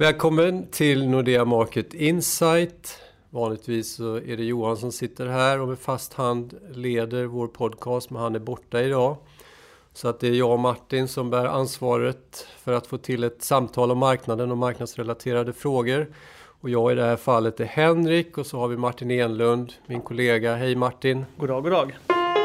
Välkommen till Nordea Market Insight. Vanligtvis så är det Johan som sitter här och med fast hand leder vår podcast, men han är borta idag. Så att det är jag och Martin som bär ansvaret för att få till ett samtal om marknaden och marknadsrelaterade frågor. Och jag i det här fallet är Henrik och så har vi Martin Enlund, min kollega. Hej Martin! God dag, god dag!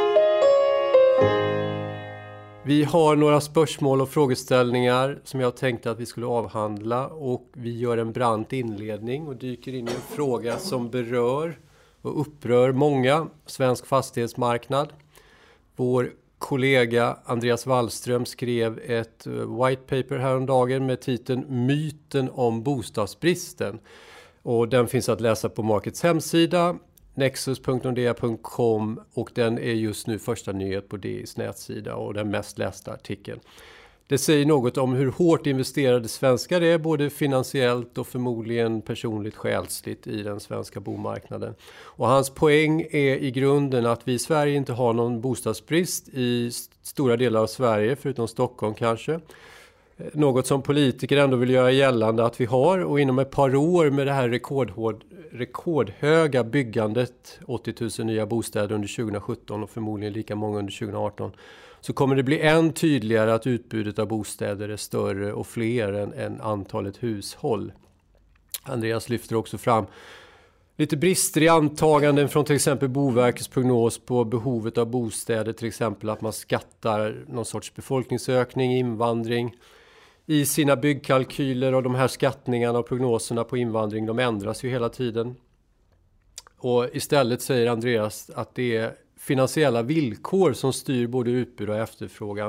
Vi har några spörsmål och frågeställningar som jag tänkte att vi skulle avhandla, och vi gör en brant inledning och dyker in i en fråga som berör och upprör många, svensk fastighetsmarknad. Vår kollega Andreas Wallström skrev ett white paper häromdagen med titeln Myten om bostadsbristen, och den finns att läsa på Markets hemsida nexus.nordea.com, och den är just nu första nyhet på DIs nätsida och den mest lästa artikeln. Det säger något om hur hårt investerade svenskar är, både finansiellt och förmodligen personligt själsligt i den svenska bomarknaden. Och hans poäng är i grunden att vi i Sverige inte har någon bostadsbrist i stora delar av Sverige, förutom Stockholm kanske. Något som politiker ändå vill göra gällande att vi har, och inom ett par år med det här rekordhöga byggandet, 80 000 nya bostäder under 2017 och förmodligen lika många under 2018, så kommer det bli än tydligare att utbudet av bostäder är större och fler än antalet hushåll. Andreas lyfter också fram lite brister i antaganden från till exempel Boverkets prognos på behovet av bostäder, till exempel att man skattar någon sorts befolkningsökning, invandring i sina byggkalkyler, och de här skattningarna och prognoserna på invandring, de ändras ju hela tiden. Och istället säger Andreas att det är finansiella villkor som styr både utbud och efterfrågan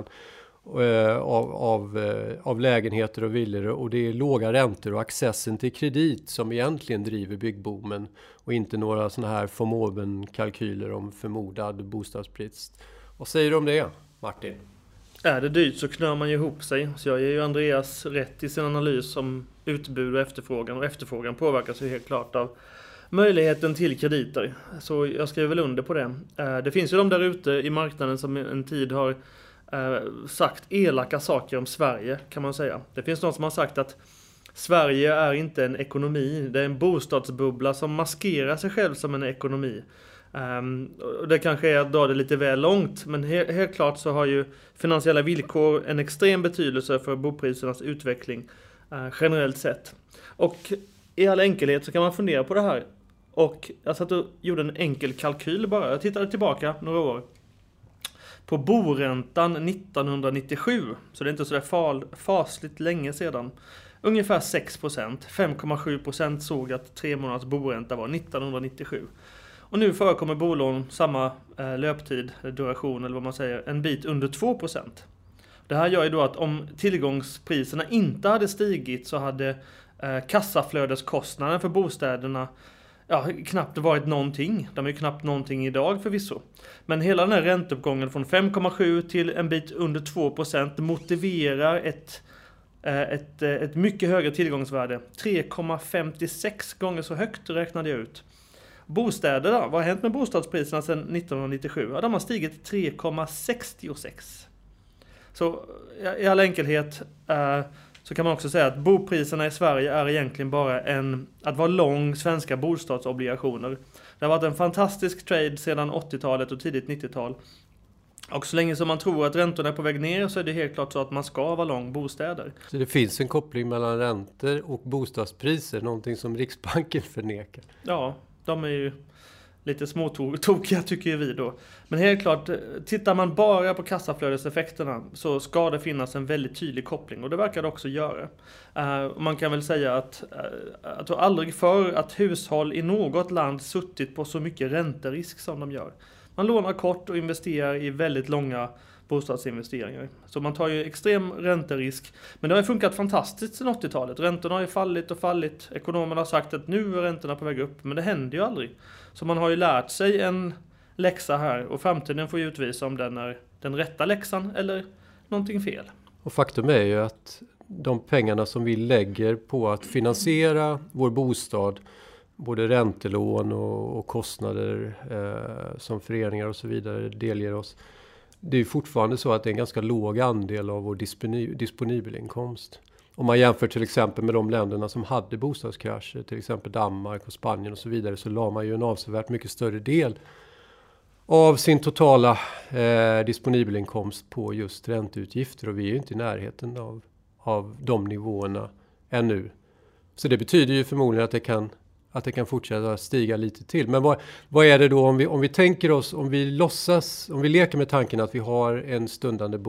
av lägenheter och villor, och det är låga räntor och accessen till kredit som egentligen driver byggboomen, och inte några såna här förmåben-kalkyler om förmodad bostadsbrist. Vad säger du om det, Martin? Är det dyrt så knör man ju ihop sig. Så jag ger ju Andreas rätt i sin analys om utbud och efterfrågan. Och efterfrågan påverkas ju helt klart av möjligheten till krediter. Så jag skriver väl under på det. Det finns ju de där ute i marknaden som en tid har sagt elaka saker om Sverige, kan man säga. Det finns någon som har sagt att Sverige är inte en ekonomi. Det är en bostadsbubbla som maskerar sig själv som en ekonomi. Det kanske är att dra det lite väl långt, men helt klart så har ju finansiella villkor en extrem betydelse för boprisernas utveckling generellt sett. Och i all enkelhet så kan man fundera på det här. Och jag satt och gjorde en enkel kalkyl bara. Jag tittade tillbaka några år på boräntan 1997, så det är inte så där fasligt länge sedan. Ungefär 6%, 5,7% såg att 3 månaders boränta var 1997. Och nu förekommer bolån samma löptid, duration eller vad man säger, en bit under 2%. Det här gör ju då att om tillgångspriserna inte hade stigit så hade kassaflödeskostnaden för bostäderna knappt varit någonting. De är ju knappt någonting idag förvisso. Men hela den här ränteuppgången från 5,7 till en bit under 2% motiverar ett mycket högre tillgångsvärde. 3,56 gånger så högt räknade jag ut. Bostäder då? Vad har hänt med bostadspriserna sedan 1997? Ja, de har stigit till 3,66. Så i all enkelhet så kan man också säga att bopriserna i Sverige är egentligen bara att vara lång svenska bostadsobligationer. Det har varit en fantastisk trade sedan 80-talet och tidigt 90-tal. Och så länge som man tror att räntorna är på väg ner så är det helt klart så att man ska vara lång bostäder. Så det finns en koppling mellan räntor och bostadspriser, någonting som Riksbanken förnekar? Ja, de är ju lite småtokiga tycker vi då. Men helt klart, tittar man bara på kassaflödeseffekterna så ska det finnas en väldigt tydlig koppling, och det verkar det också göra. Man kan väl säga att jag tror aldrig förr att hushåll i något land suttit på så mycket ränterisk som de gör. Man lånar kort och investerar i väldigt långa bostadsinvesteringar. Så man tar ju extrem ränterisk. Men det har ju funkat fantastiskt sedan 80-talet. Räntorna har ju fallit och fallit. Ekonomerna har sagt att nu är räntorna på väg upp. Men det händer ju aldrig. Så man har ju lärt sig en läxa här. Och framtiden får ju utvisa om den är den rätta läxan eller någonting fel. Och faktum är ju att de pengarna som vi lägger på att finansiera vår bostad, både räntelån och kostnader som föreningar och så vidare delger oss, det är fortfarande så att det är en ganska låg andel av vår disponibel inkomst. Om man jämför till exempel med de länderna som hade bostadskrascher, till exempel Danmark och Spanien och så vidare, så la man ju en avsevärt mycket större del av sin totala disponibelinkomst på just ränteutgifter, och vi är ju inte i närheten av de nivåerna ännu. Så det betyder ju förmodligen att det kan fortsätta stiga lite till. Men vad är det då om vi tänker oss, om vi leker med tanken att vi har en stundande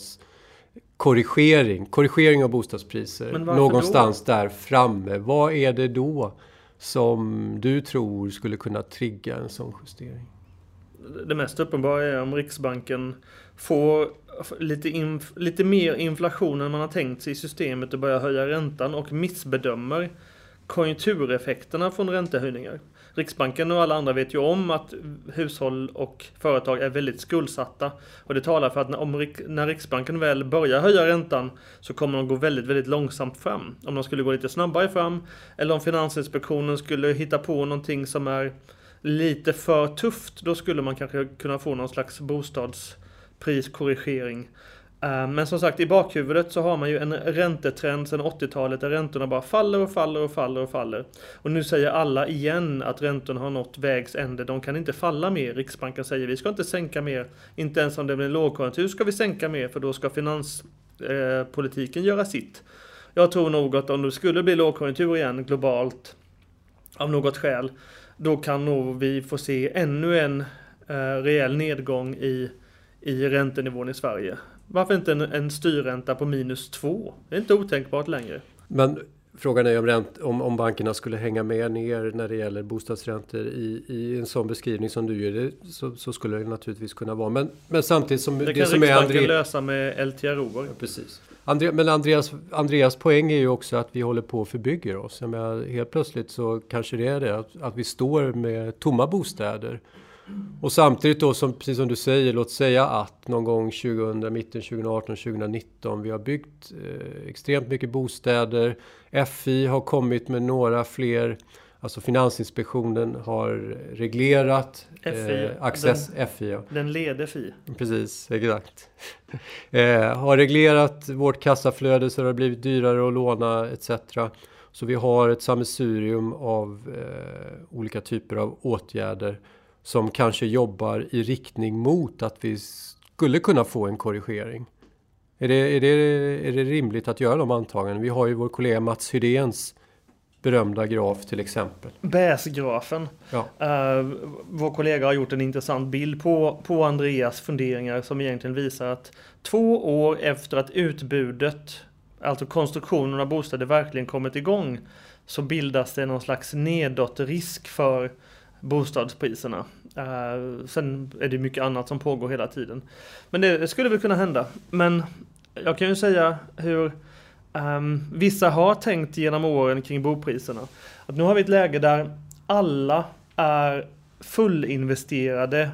korrigering av bostadspriser någonstans där framme. Vad är det då som du tror skulle kunna trigga en sån justering? Det mest uppenbara är om Riksbanken får lite mer inflation än man har tänkt sig i systemet och börjar höja räntan och missbedömer konjunktureffekterna från räntehöjningar. Riksbanken och alla andra vet ju om att hushåll och företag är väldigt skuldsatta, och det talar för att när Riksbanken väl börjar höja räntan så kommer de gå väldigt, väldigt långsamt fram. Om de skulle gå lite snabbare fram, eller om Finansinspektionen skulle hitta på någonting som är lite för tufft, då skulle man kanske kunna få någon slags bostadspriskorrigering. Men som sagt, i bakhuvudet så har man ju en räntetrend sedan 80-talet där räntorna bara faller och faller och faller och faller. Och nu säger alla igen att räntorna har nått vägs ände. De kan inte falla mer. Riksbanken säger vi ska inte sänka mer. Inte ens om det blir en lågkonjunktur ska vi sänka mer, för då ska finanspolitiken göra sitt. Jag tror nog att om det skulle bli lågkonjunktur igen globalt av något skäl, då kan nog vi få se ännu en rejäl nedgång i räntenivån i Sverige. Varför inte en styrränta på -2? Det är inte otänkbart längre. Men frågan är om bankerna skulle hänga med ner när det gäller bostadsräntor i en sån beskrivning som du gör, så skulle det naturligtvis kunna vara. Men samtidigt som det kan Riksbanken lösa med LTRO. Ja, precis. Men Andreas poäng är ju också att vi håller på att förbygga oss. Helt plötsligt så kanske det är det att vi står med tomma bostäder. Och samtidigt då, precis som du säger, låt säga att någon gång mitten 2018, 2019, vi har byggt extremt mycket bostäder. FI har kommit med några fler, alltså Finansinspektionen har reglerat FI. Den leder FI. Precis, exakt. Har reglerat vårt kassaflöde så det har blivit dyrare att låna etc. Så vi har ett sammelsurium av olika typer av åtgärder som kanske jobbar i riktning mot att vi skulle kunna få en korrigering. Är det rimligt att göra de antaganden? Vi har ju vår kollega Mats Hydéns berömda graf till exempel. BÄS-grafen. Ja. Vår kollega har gjort en intressant bild på Andreas funderingar som egentligen visar att 2 år efter att utbudet, alltså konstruktionen av bostäder, verkligen kommit igång, så bildas det någon slags nedåtrisk för bostadspriserna. Sen är det mycket annat som pågår hela tiden. Men det skulle väl kunna hända. Men jag kan ju säga hur vissa har tänkt genom åren kring bopriserna. Att nu har vi ett läge där alla är fullinvesterade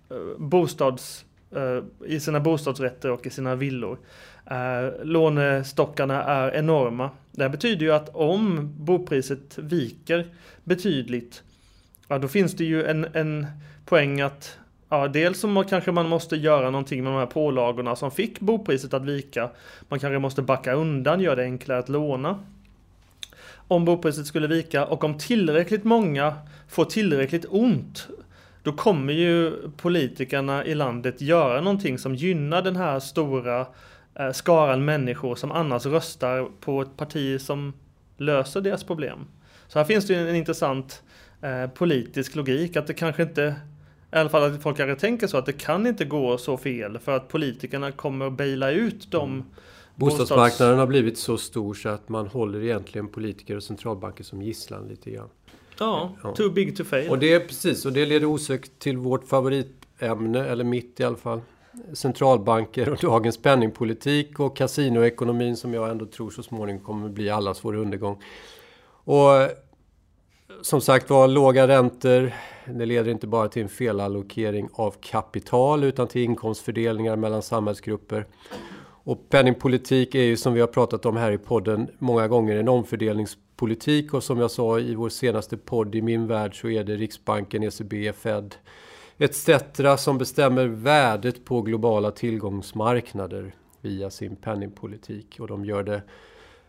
i sina bostadsrätter och i sina villor. Lånestockarna är enorma. Det betyder ju att om bopriset viker betydligt, ja, då finns det ju en poäng att dels så kanske man måste göra någonting med de här pålagorna som fick bopriset att vika. Man kanske måste backa undan, göra det enklare att låna om bopriset skulle vika. Och om tillräckligt många får tillräckligt ont, då kommer ju politikerna i landet göra någonting som gynnar den här stora skaran människor som annars röstar på ett parti som löser deras problem. Så här finns det ju en intressant politisk logik, att det kanske inte, i alla fall att folk kanske tänker så, att det kan inte gå så fel för att politikerna kommer att baila ut dem. Bostadsmarknaden har blivit så stor så att man håller egentligen politiker och centralbanker som gisslan lite grann. Ja, too big to fail. Och det är precis, och det leder osökt till vårt favoritämne, eller mitt i alla fall. Centralbanker och dagens penningpolitik och kasinoekonomin, som jag ändå tror så småningom kommer att bli allas vår undergång. Och som sagt var, låga räntor, det leder inte bara till en felallokering av kapital utan till inkomstfördelningar mellan samhällsgrupper. Och penningpolitik är ju, som vi har pratat om här i podden många gånger, en omfördelningspolitik, och som jag sa i vår senaste podd, i min värld så är det Riksbanken, ECB, Fed etc. som bestämmer värdet på globala tillgångsmarknader via sin penningpolitik, och de gör det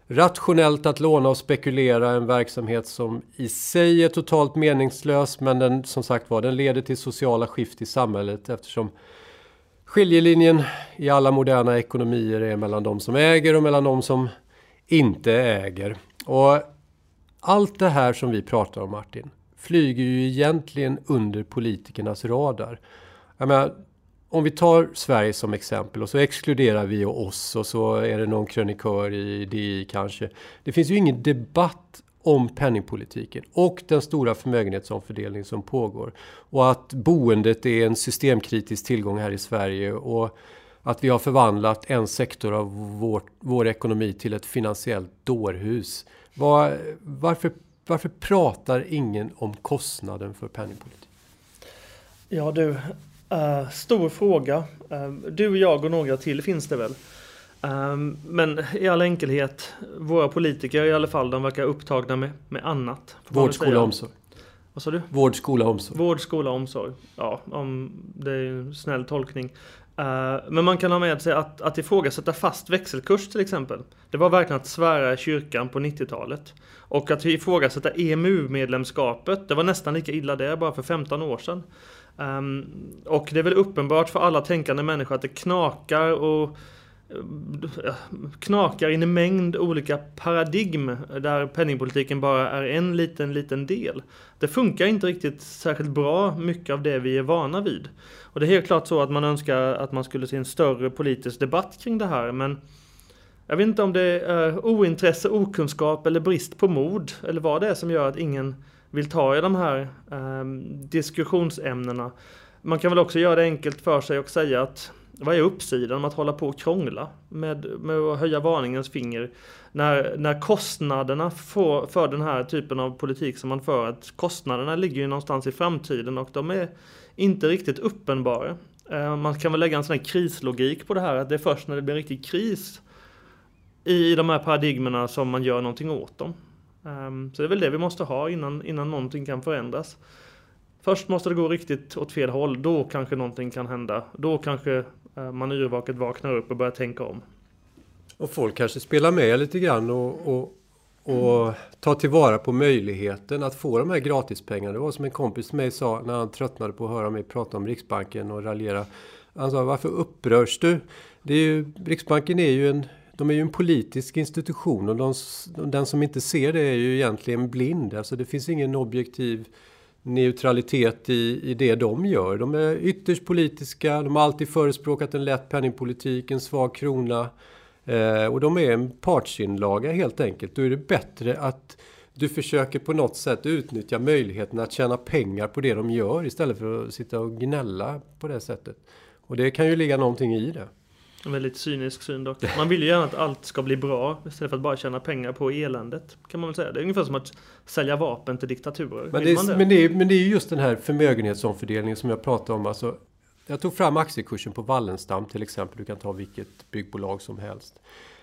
rationellt att låna och spekulera, en verksamhet som i sig är totalt meningslös, men den, som sagt var, den leder till sociala skift i samhället, eftersom skiljelinjen i alla moderna ekonomier är mellan de som äger och mellan de som inte äger. Och allt det här som vi pratar om, Martin, flyger ju egentligen under politikernas radar. Jag menar, om vi tar Sverige som exempel och så exkluderar vi oss och så är det någon krönikör i DI kanske. Det finns ju ingen debatt om penningpolitiken och den stora förmögenhetsomfördelning som pågår. Och att boendet är en systemkritisk tillgång här i Sverige och att vi har förvandlat en sektor av vår ekonomi till ett finansiellt dårhus. Varför pratar ingen om kostnaden för penningpolitik? Ja du, stor fråga. Du, jag och några till finns det väl. Men i all enkelhet, våra politiker i alla fall, de verkar upptagna med annat. Vård, skola, omsorg. Vad sa du? Vård, skola, omsorg. Vård, skola, omsorg. Ja, det är en snäll tolkning. Men man kan ha med sig att ifrågasätta fast växelkurs till exempel. Det var verkligen att svära i kyrkan på 90-talet. Och att ifrågasätta EMU-medlemskapet, det var nästan lika illa det bara för 15 år sedan. Och det är väl uppenbart för alla tänkande människor att det knakar in en mängd olika paradigm där penningpolitiken bara är en liten del. Det funkar inte riktigt särskilt bra mycket av det vi är vana vid. Och det är helt klart så att man önskar att man skulle se en större politisk debatt kring det här, men jag vet inte om det är ointresse, okunskap eller brist på mod eller vad det är som gör att ingen vill ta i de här diskussionsämnena. Man kan väl också göra det enkelt för sig och säga att vad är uppsidan om att hålla på och krångla med att höja varningens finger när kostnaderna för den här typen av politik som man för, att kostnaderna ligger ju någonstans i framtiden och de är inte riktigt uppenbara. Man kan väl lägga en sån här krislogik på det här, att det är först när det blir en riktig kris i de här paradigmerna som man gör någonting åt dem. Så det är väl det vi måste ha innan någonting kan förändras. Först måste det gå riktigt åt fel håll, då kanske någonting kan hända. Då kanske man yrvaket vaknar upp och börjar tänka om. Och folk kanske spelar med lite grann och tar tillvara på möjligheten att få de här gratispengarna. Det var som en kompis till mig sa när han tröttnade på att höra mig prata om Riksbanken och raljera. Han sa, varför upprörs du? Riksbanken är ju en politisk institution och den som inte ser det är ju egentligen blind. Alltså det finns ingen objektiv neutralitet i det de gör. De är ytterst politiska, de har alltid förespråkat en lätt penningpolitik, en svag krona och de är en partsinlaga helt enkelt. Då är det bättre att du försöker på något sätt utnyttja möjligheten att tjäna pengar på det de gör istället för att sitta och gnälla på det sättet. Och det kan ju ligga någonting i det. En väldigt cynisk syn dock. Man vill ju gärna att allt ska bli bra istället för att bara tjäna pengar på eländet, kan man väl säga. Det är ungefär som att sälja vapen till diktaturer. Men det är ju just den här förmögenhetsomfördelningen som jag pratade om. Alltså, jag tog fram aktiekursen på Wallenstam till exempel. Du kan ta vilket byggbolag som helst.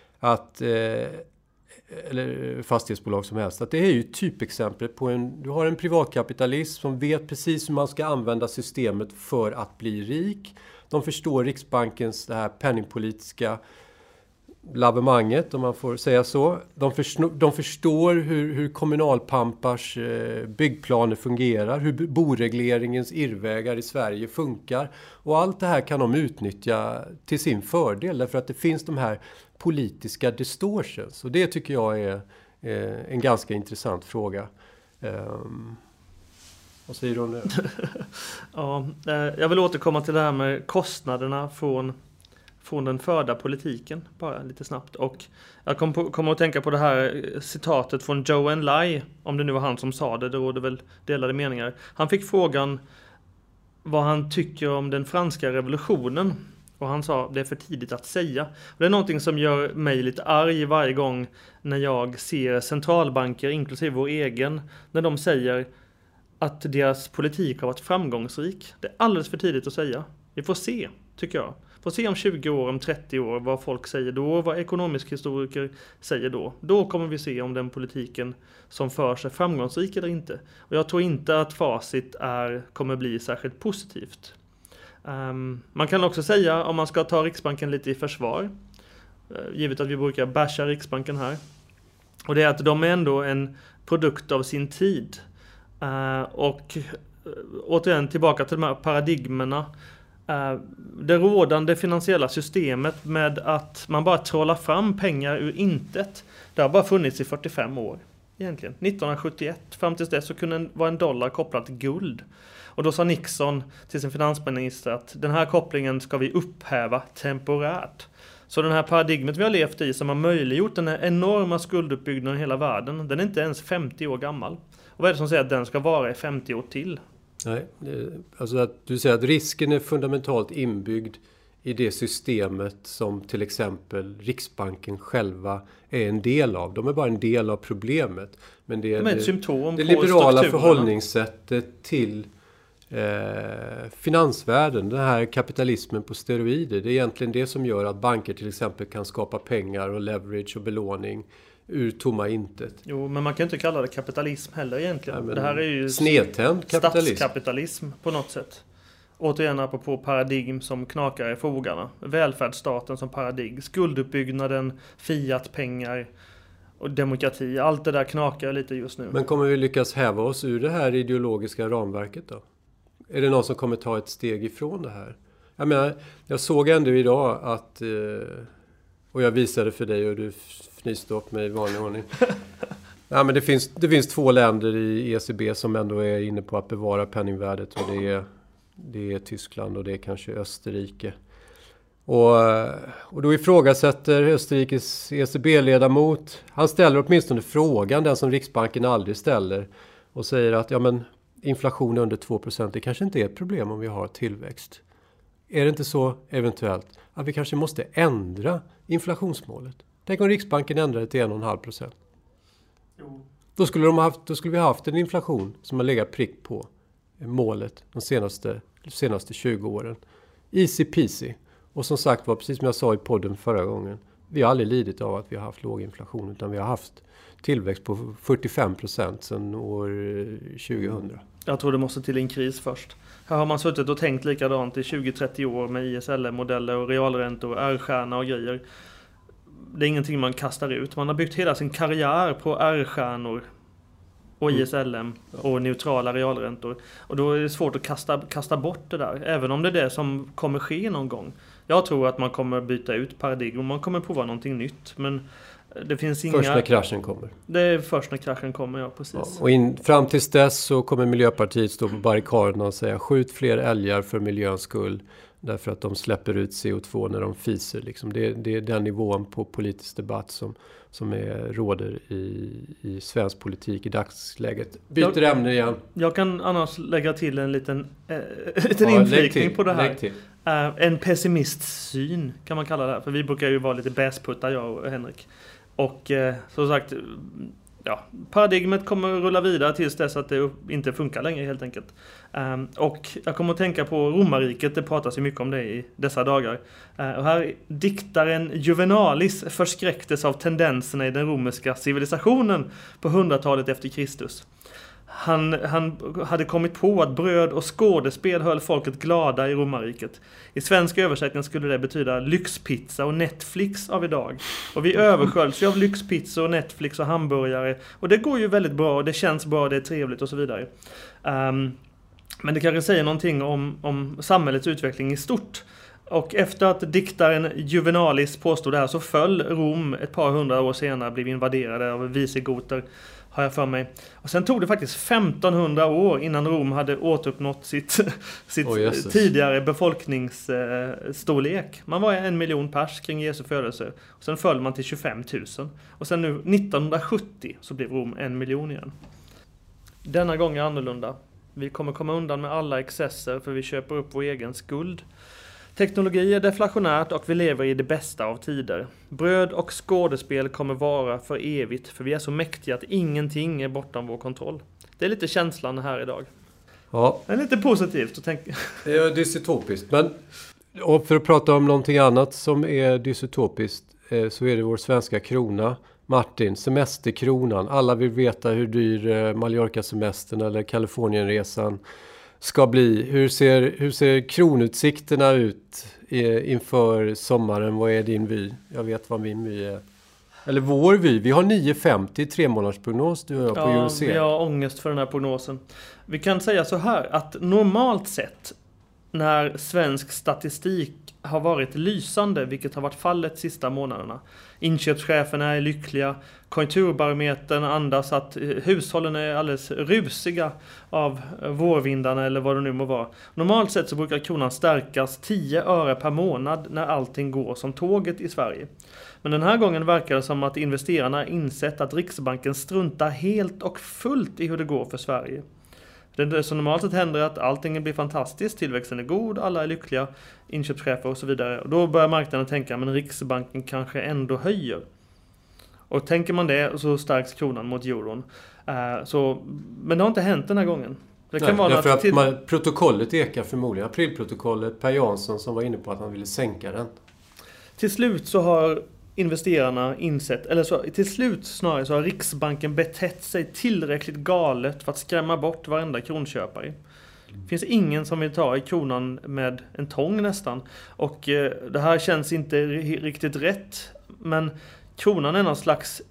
Eller fastighetsbolag som helst. Att det är ju typexempel på du har en privatkapitalist som vet precis hur man ska använda systemet för att bli rik. De förstår Riksbankens det här penningpolitiska lavemanget, om man får säga så. De förstår hur kommunalpampars byggplaner fungerar, hur boregleringens irrvägar i Sverige funkar. Och allt det här kan de utnyttja till sin fördel, därför att det finns de här politiska distortions. Och det tycker jag är en ganska intressant fråga. Vad säger du om det? Ja, jag vill återkomma till det här med kostnaderna från den förda politiken, bara lite snabbt. Och jag kommer att tänka på det här citatet från Zhou Enlai, om det nu var han som sa det råder väl delade meningar. Han fick frågan vad han tycker om den franska revolutionen. Och han sa, det är för tidigt att säga. Och det är någonting som gör mig lite arg varje gång när jag ser centralbanker, inklusive vår egen, när de säger att deras politik har varit framgångsrik. Det är alldeles för tidigt att säga. Vi får se, tycker jag. Får se om 20 år, om 30 år, vad folk säger då, vad ekonomiska historiker säger då. Då kommer vi se om den politiken som förs är framgångsrik eller inte. Och jag tror inte att facit kommer bli särskilt positivt. Man kan också säga, om man ska ta Riksbanken lite i försvar, givet att vi brukar basha Riksbanken här, Och det är att de är ändå en produkt av sin tid. Och återigen tillbaka till de här paradigmerna. Det rådande finansiella systemet med att man bara trollar fram pengar ur intet. Det har bara funnits i 45 år egentligen. 1971, fram tills dess så kunde vara en dollar kopplad till guld. Och då sa Nixon till sin finansminister att den här kopplingen ska vi upphäva temporärt. Så den här paradigmet vi har levt i som har möjliggjort den här enorma skulduppbyggnaden i hela världen, den är inte ens 50 år gammal. Och vad är det som säger att den ska vara i 50 år till? Nej, alltså att du säger att risken är fundamentalt inbyggd i det systemet som till exempel Riksbanken själva är en del av. De är bara en del av problemet. Men det är ett symptom det på liberala förhållningssättet till finansvärlden, den här kapitalismen på steroider. Det är egentligen det som gör att banker till exempel kan skapa pengar och leverage och belåning ur tomma intet. Jo, men man kan inte kalla det kapitalism heller egentligen. Ja, det här är ju snedtänd kapitalism. Statskapitalism på något sätt. Återigen apropå paradigm som knakar i fogarna. Välfärdsstaten som paradigm. Skulduppbyggnaden, fiatpengar och demokrati. Allt det där knakar lite just nu. Men kommer vi lyckas häva oss ur det här ideologiska ramverket då? Är det någon som kommer ta ett steg ifrån det här? Jag menar, jag såg ändå idag att, och jag visade för dig och du fnyste upp mig i vanlig ordning. Ja, men det finns 2 länder i ECB som ändå är inne på att bevara penningvärdet, och det är Tyskland och det är kanske Österrike. Och då ifrågasätter Österrikes ECB-ledamot, han ställer åtminstone frågan, den som Riksbanken aldrig ställer, och säger att ja, men inflation under 2%, det kanske inte är ett problem om vi har tillväxt. Är det inte så eventuellt att vi kanske måste ändra inflationsmålet? Tänk om Riksbanken ändrar det till 1,5%. Jo. Då skulle vi ha haft en inflation som har legat prick på målet de senaste 20 åren. Easy peasy. Och som sagt var, precis som jag sa i podden förra gången, vi har aldrig lidit av att vi har haft låg inflation, utan vi har haft tillväxt på 45% sedan år 2000. Jag tror det måste till en kris först. Här har man suttit och tänkt likadant i 20-30 år med ISLM-modeller och realräntor, R-stjärna och grejer. Det är ingenting man kastar ut. Man har byggt hela sin karriär på R-stjärnor och ISLM och neutrala realräntor. Och då är det svårt att kasta bort det där, även om det är det som kommer ske någon gång. Jag tror att man kommer byta ut paradigm och man kommer prova någonting nytt, men det finns inga... Först när kraschen kommer. Det är först när kraschen kommer, ja, precis. Ja, och fram tills dess så kommer Miljöpartiet stå på barrikaderna och säga skjut fler älgar för miljöns skull, därför att de släpper ut CO2 när de fiser. Liksom. Det är den nivån på politisk debatt som råder i svensk politik i dagsläget. Byter ämne igen. Jag kan annars lägga till en liten inflikning på det här. En pessimistsyn kan man kalla det här. För vi brukar ju vara lite bäsputtar, jag och Henrik. Och som sagt, ja, paradigmet kommer att rulla vidare tills dess att det inte funkar längre helt enkelt. Och jag kommer att tänka på romarriket, det pratas ju mycket om det i dessa dagar. Och här diktaren Juvenalis förskräcktes av tendenserna i den romerska civilisationen på 100-talet efter Kristus. Han hade kommit på att bröd och skådespel höll folket glada i romarriket. I svensk översättning skulle det betyda lyxpizza och Netflix av idag. Och vi översköljs ju av lyxpizza och Netflix och hamburgare. Och det går ju väldigt bra och det känns bra, det är trevligt och så vidare. Men det kanske säger någonting om samhällets utveckling i stort. Och efter att diktaren Juvenalis påstod det här så föll Rom ett par hundra år senare, blev invaderade av visigoter, har jag för mig. Och sen tog det faktiskt 1500 år innan Rom hade återuppnått sitt tidigare befolkningsstorlek. Man var 1 miljon pers kring Jesu födelse. Och sen föll man till 25 000. Och sen nu 1970 så blev Rom 1 miljon igen. Denna gång är annorlunda. Vi kommer komma undan med alla excesser för vi köper upp vår egen skuld. Teknologi är deflationärt och vi lever i det bästa av tider. Bröd och skådespel kommer vara för evigt, för vi är så mäktiga att ingenting är bortom vår kontroll. Det är lite känslan här idag. Ja. Det är lite positivt att tänka. Det är dystopiskt, men och för att prata om någonting annat som är dystopiskt så är det vår svenska krona. Martin, semesterkronan. Alla vill veta hur dyr Mallorca-semestern eller Kalifornienresan ska bli. Hur ser kronutsikterna ut inför sommaren? Vad är din vy? Jag vet vad min vy är. Eller vår vy. Vi har 9,50 3-månadersprognos du och jag på Eurosec. Ja, vi har ångest för den här prognosen. Vi kan säga så här att normalt sett när svensk statistik har varit lysande, vilket har varit fallet sista månaderna. Inköpscheferna är lyckliga, konjunkturbarometern andas att hushållen är alldeles rusiga av vårvindarna eller vad det nu må vara. Normalt sett så brukar kronan stärkas 10 öre per månad när allting går som tåget i Sverige. Men den här gången verkar det som att investerarna insett att Riksbanken struntar helt och fullt i hur det går för Sverige. Det som normalt sett händer är att allting blir fantastiskt, tillväxten är god, alla är lyckliga, inköpschefer och så vidare. Och då börjar marknaden tänka, men Riksbanken kanske ändå höjer. Och tänker man det så stärks kronan mot euron. Men det har inte hänt den här gången. Det kan vara därför att protokollet ekar förmodligen. Aprilprotokollet, Per Jansson som var inne på att han ville sänka den. Till slut så har investerarna insett, eller så, till slut snarare så har Riksbanken betett sig tillräckligt galet för att skrämma bort varenda kronköpare. Det finns ingen som vill ta i kronan med en tång nästan. Och det här känns inte riktigt rätt. Men kronan är någon slags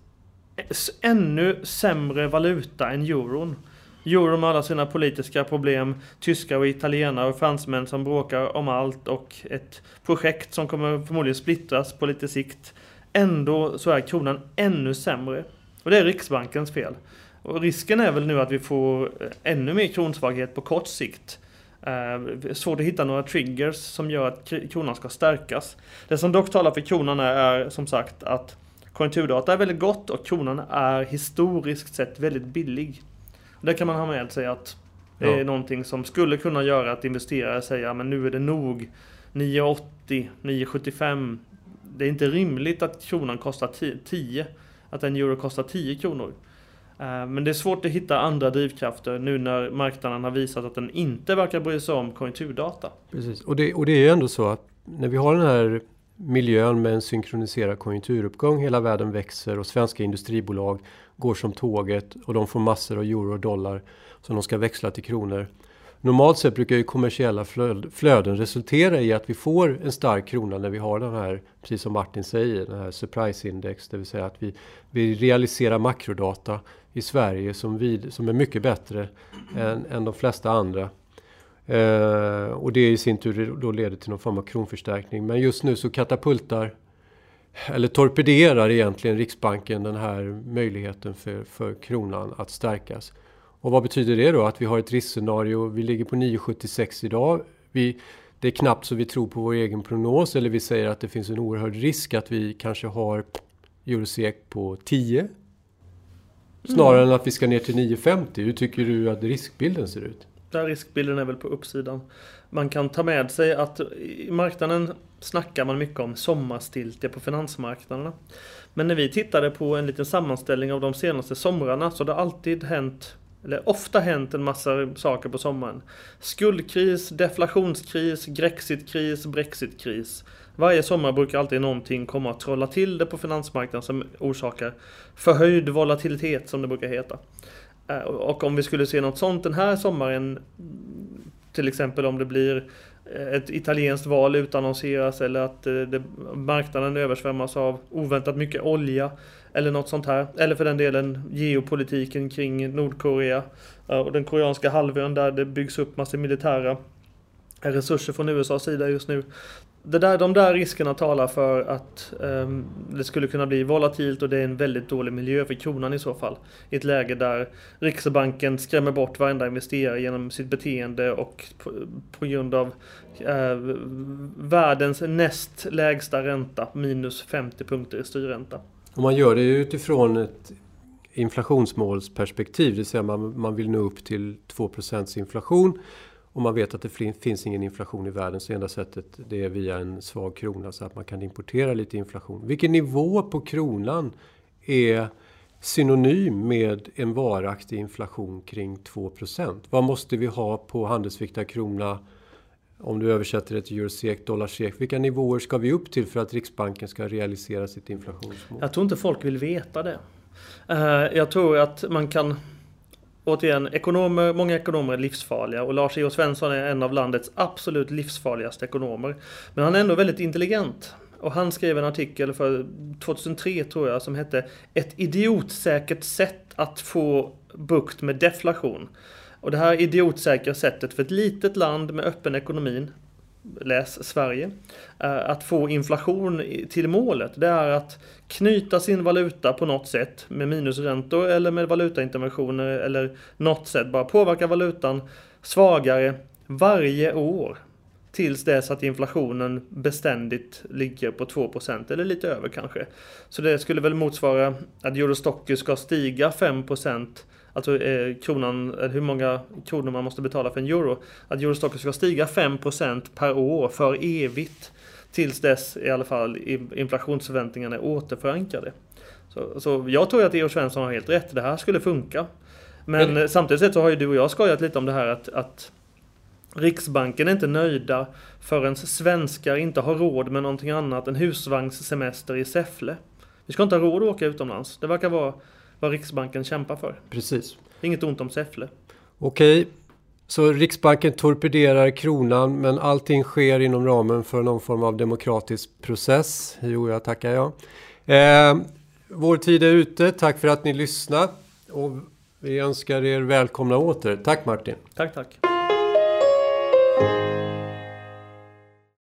ännu sämre valuta än euron. Euron med alla sina politiska problem, tyskar och italienare och fransmän som bråkar om allt och ett projekt som kommer förmodligen splittras på lite sikt. Ändå så är kronan ännu sämre. Och det är Riksbankens fel. Och risken är väl nu att vi får ännu mer kronsvaghet på kort sikt. Svårt att hitta några triggers som gör att kronan ska stärkas. Det som dock talar för kronan är som sagt att konjunkturdata är väldigt gott och kronan är historiskt sett väldigt billig. Det kan man ha med sig att det är någonting som skulle kunna göra att investerare säger men nu är det nog 9,80, 9,75. Det är inte rimligt att kronan kostar 10, att en euro kostar 10 kronor. Men det är svårt att hitta andra drivkrafter nu när marknaden har visat att den inte verkar bry sig om konjunkturdata. Precis, och det är ju ändå så att när vi har den här miljön med en synkroniserad konjunkturuppgång, hela världen växer och svenska industribolag går som tåget och de får massor av euro och dollar som de ska växla till kronor. Normalt sett brukar ju kommersiella flöden resultera i att vi får en stark krona när vi har den här, precis som Martin säger, den här surprise index, det vill säga att vi realiserar makrodata i Sverige som är mycket bättre än de flesta andra. Och det i sin tur då leder till någon form av kronförstärkning. Men just nu så torpederar egentligen Riksbanken den här möjligheten för kronan att stärkas. Och vad betyder det då? Att vi har ett riskscenario, vi ligger på 9,76 idag. Det är knappt så vi tror på vår egen prognos, eller vi säger att det finns en oerhörd risk att vi kanske har Eurosec på 10. Snarare än att vi ska ner till 9,50. Hur tycker du att riskbilden ser ut? Där riskbilden är väl på uppsidan. Man kan ta med sig att i marknaden snackar man mycket om sommarstiltje på finansmarknaderna. Men när vi tittade på en liten sammanställning av de senaste somrarna så har det alltid hänt, eller ofta hänt en massa saker på sommaren. Skuldkris, deflationskris, grexitkris, brexitkris. Varje sommar brukar alltid någonting komma att trolla till det på finansmarknaden som orsakar förhöjd volatilitet som det brukar heta. Och om vi skulle se något sånt den här sommaren, till exempel om det blir ett italienskt val utannonseras eller att marknaden översvämmas av oväntat mycket olja eller något sånt här, eller för den delen geopolitiken kring Nordkorea och den koreanska halvön där det byggs upp massor militära resurser från USAs sida just nu. De där riskerna talar för att det skulle kunna bli volatilt och det är en väldigt dålig miljö för kronan i så fall. I ett läge där Riksbanken skrämmer bort varenda investerare genom sitt beteende och på grund av världens näst lägsta ränta, minus 50 punkter i styrränta. Och man gör det utifrån ett inflationsmålsperspektiv, det vill säga man vill nå upp till 2% inflation. Och man vet att det finns ingen inflation i världen, så enda sättet det är via en svag krona så att man kan importera lite inflation. Vilken nivå på kronan är synonym med en varaktig inflation kring 2%? Vad måste vi ha på handelsviktad krona om du översätter det till Eurosec, dollarsec? Vilka nivåer ska vi upp till för att Riksbanken ska realisera sitt inflationsmål? Jag tror inte folk vill veta det. Jag tror att man kan... Återigen, många ekonomer är livsfarliga och Lars E.O. Svensson är en av landets absolut livsfarligaste ekonomer. Men han är ändå väldigt intelligent. Och han skrev en artikel för 2003 tror jag som hette "Ett idiotsäkert sätt att få bukt med deflation". Och det här idiotsäkra sättet för ett litet land med öppen ekonomin, läs Sverige, att få inflation till målet, det är att knyta sin valuta på något sätt med minusräntor eller med valutainterventioner eller något sätt, bara påverka valutan svagare varje år tills dess att inflationen beständigt ligger på 2% eller lite över kanske. Så det skulle väl motsvara att Eurostock ska stiga 5%, alltså kronan, hur många kronor man måste betala för en euro, att Eurostock ska stiga 5% per år för evigt tills dess i alla fall inflationsförväntningarna är återförankrade. Så jag tror att Evert Svensson har helt rätt, det här skulle funka. Men samtidigt så har ju du och jag skojat lite om det här att Riksbanken är inte nöjda förrän svenskar inte har råd med någonting annat än husvagnssemester i Säffle. Vi ska inte ha råd att åka utomlands. Det verkar vara vad Riksbanken kämpar för. Precis. Inget ont om Säffle. Okej, så Riksbanken torpederar kronan, men allting sker inom ramen för någon form av demokratisk process. Jo, jag tackar jag. Vår tid är ute. Tack för att ni lyssnade. Och vi önskar er välkomna åter. Tack Martin. Tack.